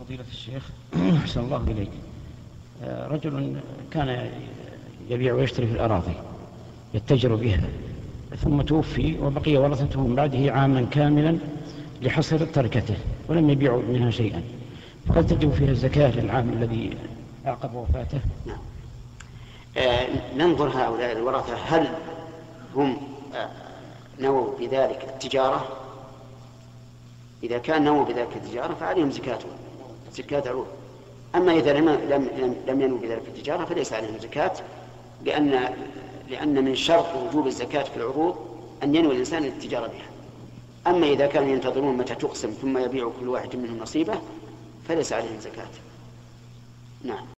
فضيلة الشيخ أحسن الله إليك. رجل كان يبيع ويشتري في الأراضي يتجر بها، ثم توفي وبقي ورثته من بعده عاما كاملا لحصر تركته ولم يبيعوا منها شيئا، فهل تجب فيها الزكاة للعام الذي أعقب وفاته؟ نعم. ننظر هؤلاء الورثة هل هم نووا بذلك التجارة. إذا كان نووا بذلك التجارة فعليهم زكاة العروض. أما إذا لم ينووا بذلك التجارة فليس عليهم زكاة، لأن من شرط وجوب الزكاة في العروض أن ينوي الإنسان التجارة بها. أما إذا كانوا ينتظرون متى تقسم ثم يبيع كل واحد منهم نصيبه فليس عليهم زكاة. نعم.